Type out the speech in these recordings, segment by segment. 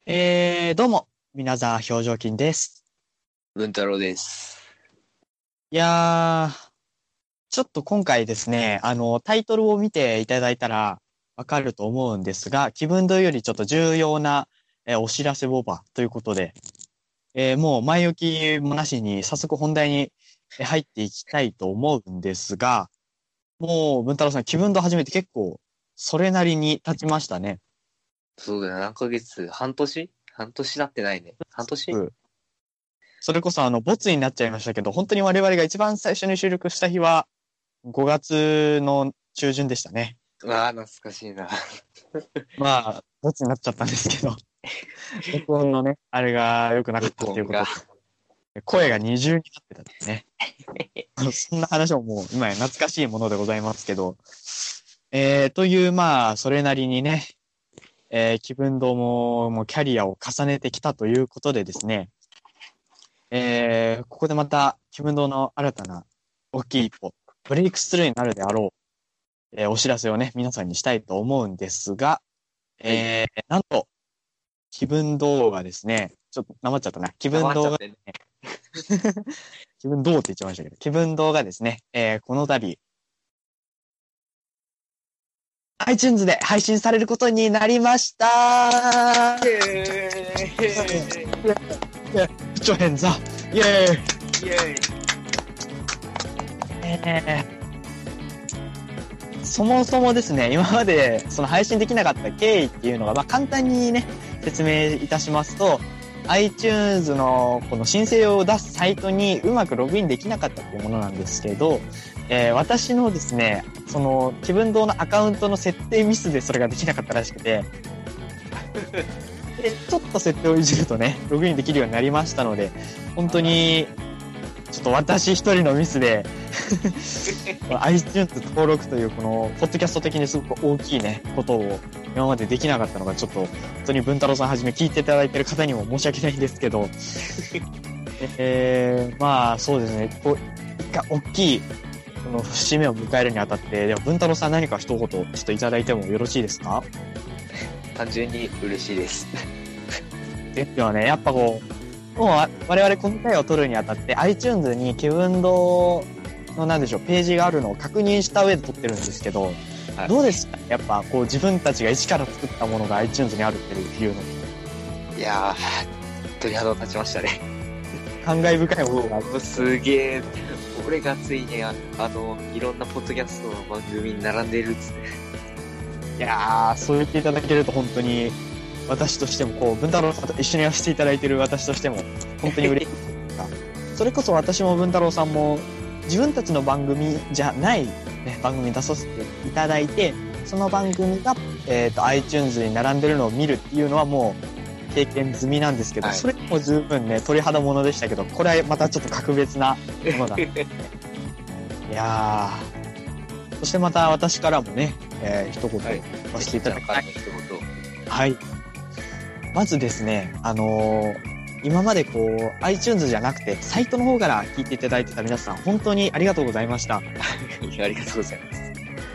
どうも、皆沢表情筋です。 文太郎です。 いやー、ちょっと今回ですね、タイトルを見ていただいたらわかると思うんですが、気分堂よりちょっと重要な、お知らせオーバーということで、もう前置きもなしに早速本題に入っていきたいと思うんですが、もう文太郎さん気分堂始めて結構それなりに経ちましたね。 そうだよ、何ヶ月半年なってないね。半年。 うんそれこそボツになっちゃいましたけど、本当に我々が一番最初に収録した日は、5月の中旬でしたね。 ああ、懐かしいな。 まあ、ボツになっちゃったんですけど、録音のね、あれが良くなかったっていうことで、声が二重になってたんですね。そんな話ももう今や懐かしいものでございますけど、という、まあ、それなりにね、気分堂もキャリアを重ねてきたということでですね、ここでまた気分堂の新たな大きい一歩、ブレイクスルーになるであろう、お知らせをね、皆さんにしたいと思うんですが、なんと、気分動画ですね。ちょっとなまっちゃったな。気分動画、ね、気分動って言っちゃいましたけど、気分動画ですね。この度、iTunes で配信されることになりましたー。イェーイ。プチョヘンザ。イェーイ。イェーイ。そもそもですね、今までその配信できなかった経緯っていうのが、まあ簡単にね、説明いたしますと、iTunes のこの申請を出すサイトにうまくログインできなかったっていうものなんですけど、私のですね、その気分堂のアカウントの設定ミスでそれができなかったらしくて、でちょっと設定をいじるとね、ログインできるようになりましたので、本当に、ちょっと私一人のミスでiTunes 登録というこのポッドキャスト的にすごく大きいねことを今までできなかったのがちょっと本当に文太郎さんはじめ聞いていただいている方にも申し訳ないんですけどまあそうですね、こう一回大きいこの節目を迎えるにあたって、では文太郎さん何か一言ちょっといただいてもよろしいですか？ 単純に嬉しいです。 ですよね。やっぱこう、もう我々この回を撮るにあたって iTunes に気分堂のなんでしょう、ページがあるのを確認した上で撮ってるんですけど、はい、どうですか？やっぱこう自分たちが一から作ったものが iTunes にあるっていうの。 いやー、鳥肌を立ちましたね。 感慨深いものがある。 すげえ。俺がついにいろんなポッドキャストの番組に並んでいるっつって。 いやー、そう言っていただけると本当に私としてもこう文太郎さんと一緒にやらせていただいている私としても本当に嬉しいですがそれこそ私も文太郎さんも自分たちの番組じゃない、ね、番組に出させていただいて、その番組が、iTunes に並んでるのを見るっていうのはもう経験済みなんですけど、はい、それも十分ね、鳥肌ものでしたけど、これはまたちょっと格別なものだ。いやー、そしてまた私からもね、一言言わせていただきたい。はい。まずですね、今までこう iTunes じゃなくてサイトの方から聞いていただいてた皆さん本当にありがとうございました。 ありがとうございます。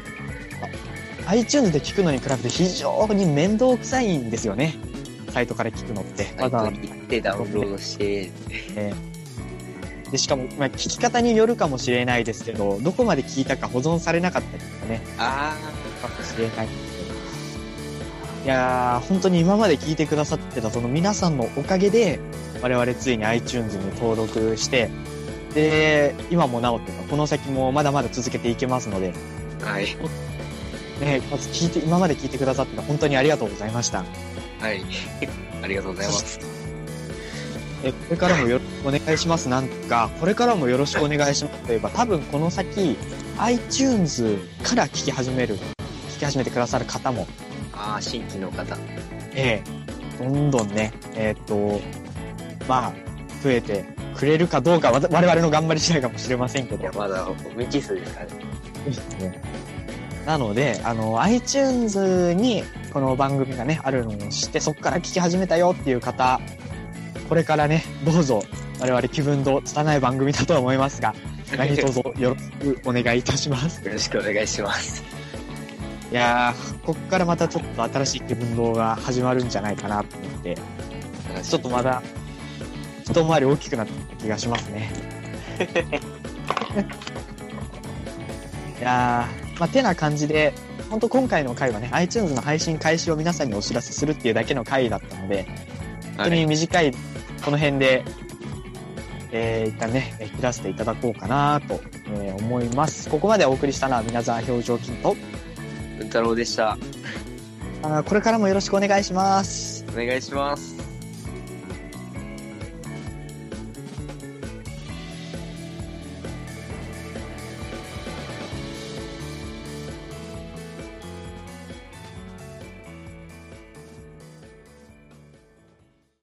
iTunes で聞くのに比べて非常に面倒くさいんですよね。サイトから聞くのって。 サイトに行ってダウンロードして、 でしかも、まあ、聞き方によるかもしれないですけど、どこまで聞いたか保存されなかったりとかね。かもしれないんですけど。いやー、本当に今まで聞いてくださってたその皆さんのおかげで、我々ついに iTunes に登録して、で、今もなおっていうか、この先もまだまだ続けていけますので、 はい。 ね、まず今まで聞いてくださって本当にありがとうございました。 はい。ありがとうございます。 これからもよろしくお願いしますなんか、これからもよろしくお願いしますといえば、多分この先、iTunes から聞き始めてくださる方も、 新規の方。 どんどんね、まあ、増えてくれるかどうか、我々の頑張り次第かもしれませんけど。 いや、まだ未知数ですからね。 ですね。なので、iTunes にこの番組がね、あるのを知って、そこから聞き始めたよっていう方、これからね、どうぞ、我々気分堂拙い番組だとは思いますが、何卒よろしくお願いいたします。 よろしくお願いします。 いやー、こっからまたちょっと新しい気分動が始まるんじゃないかなと思って、ちょっとまだ、一回り大きくなった気がしますね。いやー、まあ、てな感じで、ほんと今回の回はね、iTunes の配信開始を皆さんにお知らせするっていうだけの回だったので、本当に短い、この辺で、一旦ね、切らせていただこうかなと、思います。ここまでお送りしたのは、皆沢表情筋と、 文太郎でした。 これからもよろしくお願いします。 お願いします。